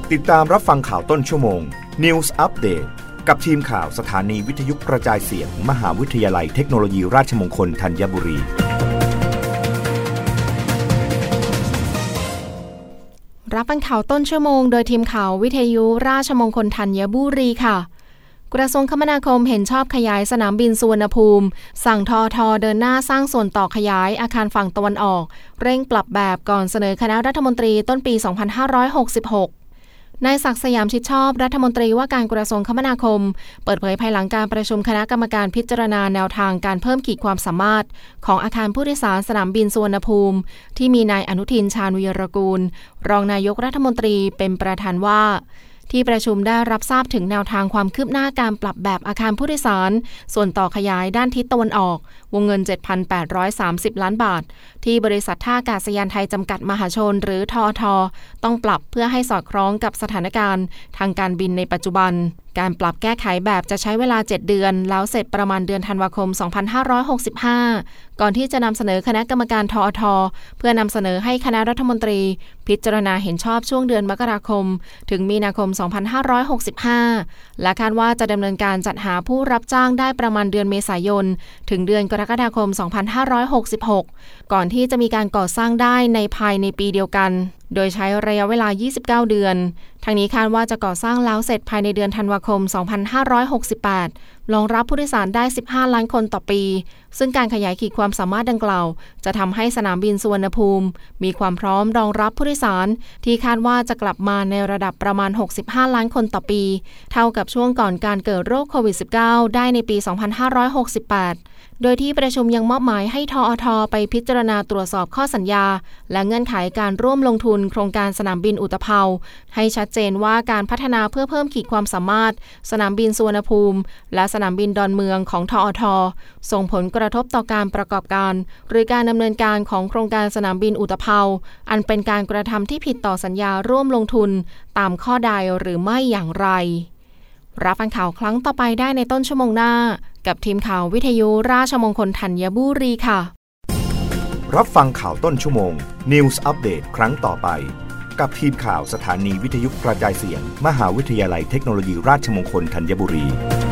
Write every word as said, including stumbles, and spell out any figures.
ติดตามรับฟังข่าวต้นชั่วโมง News Update กับทีมข่าวสถานีวิทยุกระจายเสียง มหาวิทยาลัยเทคโนโลยีราชมงคลธัญบุรีรับฟังข่าวต้นชั่วโมงโดยทีมข่าววิทยุราชมงคลธัญบุรีค่ะกระทรวงคมนาคมเห็นชอบขยายสนามบินสุวรรณภูมิสั่งททเดินหน้าสร้างส่วนต่อขยายอาคารฝั่งตะวันออกเร่งปรับแบบก่อนเสนอคณะรัฐมนตรีต้นปีสองพันห้าร้อยหกสิบหกนายศักดิ์สยามชิดชอบรัฐมนตรีว่าการกระทรวงคมนาคมเปิดเผยภายหลังการประชุมคณะกรรมการพิจารณาแนวทางการเพิ่มขีดความสามารถของอาคารผู้โดยสารสนามบินสุวรรณภูมิที่มีนายอนุทินชาญวีรกูลรองนายกรัฐมนตรีเป็นประธานว่าที่ประชุมได้รับทราบถึงแนวทางความคืบหน้าการปรับแบบอาคารผู้โดยสารส่วนต่อขยายด้านทิศตะวันออกวงเงิน เจ็ดพันแปดร้อยสามสิบ ล้านบาทที่บริษัทท่าอากาศยานไทยจำกัดมหาชนหรือทอทต้องปรับเพื่อให้สอดคล้องกับสถานการณ์ทางการบินในปัจจุบันการปรับแก้ไขแบบจะใช้เวลาเจ็ดเดือนแล้วเสร็จประมาณเดือนธันวาคมสองพันห้าร้อยหกสิบห้าก่อนที่จะนำเสนอคณะกรรมการทอทเพื่อนำเสนอให้คณะรัฐมนตรีพิจารณาเห็นชอบช่วงเดือนมกราคมถึงมีนาคมสองพันห้าร้อยหกสิบห้าและคาดว่าจะดำเนินการจัดหาผู้รับจ้างได้ประมาณเดือนเมษายนถึงเดือนกรกฎาคมสองพันห้าร้อยหกสิบหกก่อนที่จะมีการก่อสร้างได้ในภายในปีเดียวกันโดยใช้ระยะเวลายี่สิบเก้าเดือนทางนี้คาดว่าจะก่อสร้างแล้วเสร็จภายในเดือนธันวาคมสองพันห้าร้อยหกสิบแปดรองรับผู้โดยสารได้สิบห้าล้านคนต่อปีซึ่งการขยายขีดความสามารถดังกล่าวจะทำให้สนามบินสุวรรณภูมิมีความพร้อมรองรับผู้โดยสารที่คาดว่าจะกลับมาในระดับประมาณหกสิบห้าล้านคนต่อปีเท่ากับช่วงก่อนการเกิดโรคโควิด สิบเก้า ได้ในปีสองพันห้าร้อยหกสิบแปดโดยที่ประชุมยังมอบหมายให้ทอทไปพิจารณาตรวจสอบข้อสัญญาและเงื่อนไขการร่วมลงทุนโครงการสนามบินอุตภาวให้ชัดเจนว่าการพัฒนาเพื่อเพิ่มขีดความสามารถสนามบินสุวรรณภูมิและสนามบินดอนเมืองของทอทส่งผลกระทบต่อการประกอบการหรือการดำเนินการของโครงการสนามบินอุตภาวอันเป็นการกระทำที่ผิดต่อสัญญาร่วมลงทุนตามข้อใดหรือไม่อย่างไรรับฟังข่าวครั้งต่อไปได้ในต้นชั่วโมงหน้ากับทีมข่าววิทยุราชมงคลธัญบุรีค่ะรับฟังข่าวต้นชั่วโมง News Update ครั้งต่อไปกับทีมข่าวสถานีวิทยุกระจายเสียง มหาวิทยาลัยเทคโนโลยีราชมงคลธัญบุรี